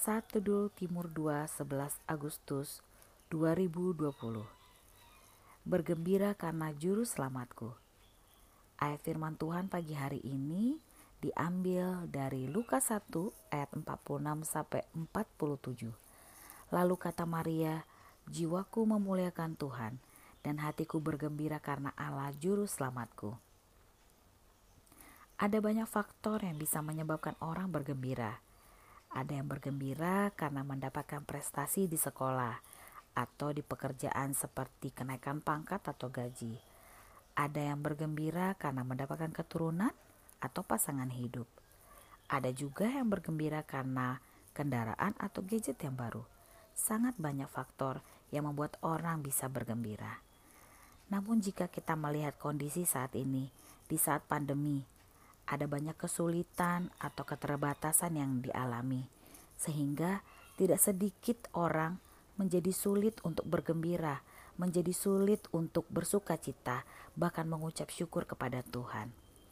Saat Teduh Timur 2, 11 Agustus 2020. Bergembira karena juru selamatku. Ayat firman Tuhan pagi hari ini diambil dari Lukas 1 ayat 46 sampai 47. Lalu kata Maria, jiwaku memuliakan Tuhan dan hatiku bergembira karena Allah juru selamatku. Ada banyak faktor yang bisa menyebabkan orang bergembira. Ada yang bergembira karena mendapatkan prestasi di sekolah atau di pekerjaan seperti kenaikan pangkat atau gaji. Ada yang bergembira karena mendapatkan keturunan atau pasangan hidup. Ada juga yang bergembira karena kendaraan atau gadget yang baru. Sangat banyak faktor yang membuat orang bisa bergembira. Namun jika kita melihat kondisi saat ini, di saat pandemi, ada banyak kesulitan atau keterbatasan yang dialami, sehingga tidak sedikit orang menjadi sulit untuk bergembira, menjadi sulit untuk bersuka cita, bahkan mengucap syukur kepada Tuhan.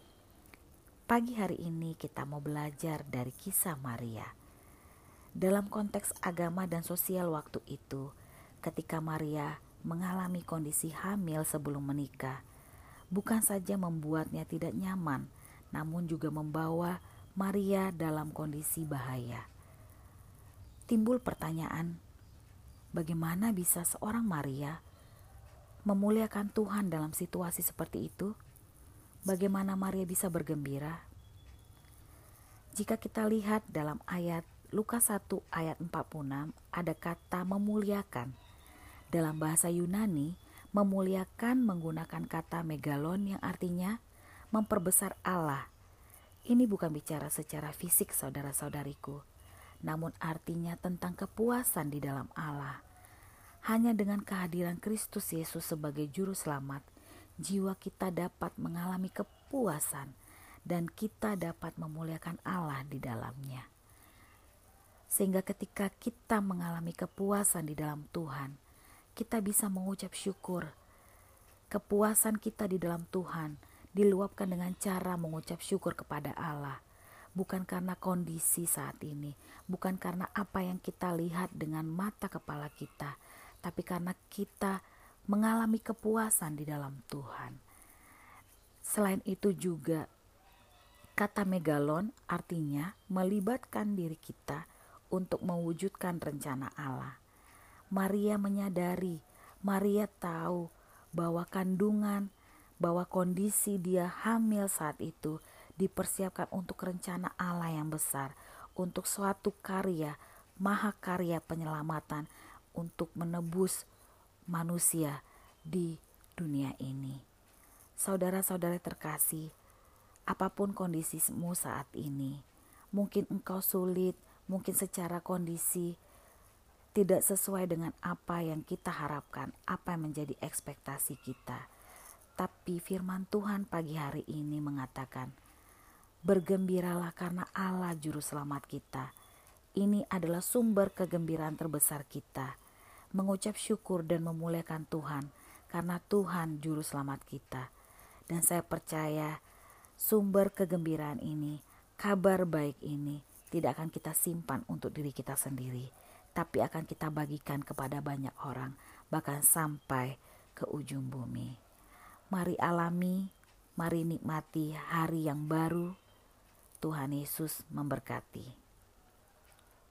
Pagi hari ini kita mau belajar dari kisah Maria. Dalam konteks agama dan sosial waktu itu, ketika Maria mengalami kondisi hamil sebelum menikah, bukan saja membuatnya tidak nyaman, namun juga membawa Maria dalam kondisi bahaya. Timbul pertanyaan, bagaimana bisa seorang Maria memuliakan Tuhan dalam situasi seperti itu? Bagaimana Maria bisa bergembira? Jika kita lihat dalam ayat Lukas 1 ayat 46, ada kata memuliakan. Dalam bahasa Yunani, memuliakan menggunakan kata megalon yang artinya memperbesar Allah. Ini bukan bicara secara fisik saudara-saudariku, namun artinya tentang kepuasan di dalam Allah. Hanya dengan kehadiran Kristus Yesus sebagai juru selamat, jiwa kita dapat mengalami kepuasan dan kita dapat memuliakan Allah di dalamnya. Sehingga ketika kita mengalami kepuasan di dalam Tuhan, kita bisa mengucap syukur. Kepuasan kita di dalam Tuhan diluapkan dengan cara mengucap syukur kepada Allah. Bukan karena kondisi saat ini, bukan karena apa yang kita lihat dengan mata kepala kita, tapi karena kita mengalami kepuasan di dalam Tuhan. Selain itu juga, kata megalon artinya melibatkan diri kita untuk mewujudkan rencana Allah. Maria menyadari, Maria tahu bahwa bahwa kondisi dia hamil saat itu dipersiapkan untuk rencana Allah yang besar, untuk suatu karya, mahakarya penyelamatan untuk menebus manusia di dunia ini. Saudara-saudara terkasih, apapun kondisimu saat ini, mungkin engkau sulit, mungkin secara kondisi tidak sesuai dengan apa yang kita harapkan, apa yang menjadi ekspektasi kita. Tapi firman Tuhan pagi hari ini mengatakan, bergembiralah karena Allah juru selamat kita. Ini adalah sumber kegembiraan terbesar kita. Mengucap syukur dan memuliakan Tuhan karena Tuhan juru selamat kita. Dan saya percaya sumber kegembiraan ini, kabar baik ini tidak akan kita simpan untuk diri kita sendiri, tapi akan kita bagikan kepada banyak orang, bahkan sampai ke ujung bumi. Mari alami, mari nikmati hari yang baru. Tuhan Yesus memberkati.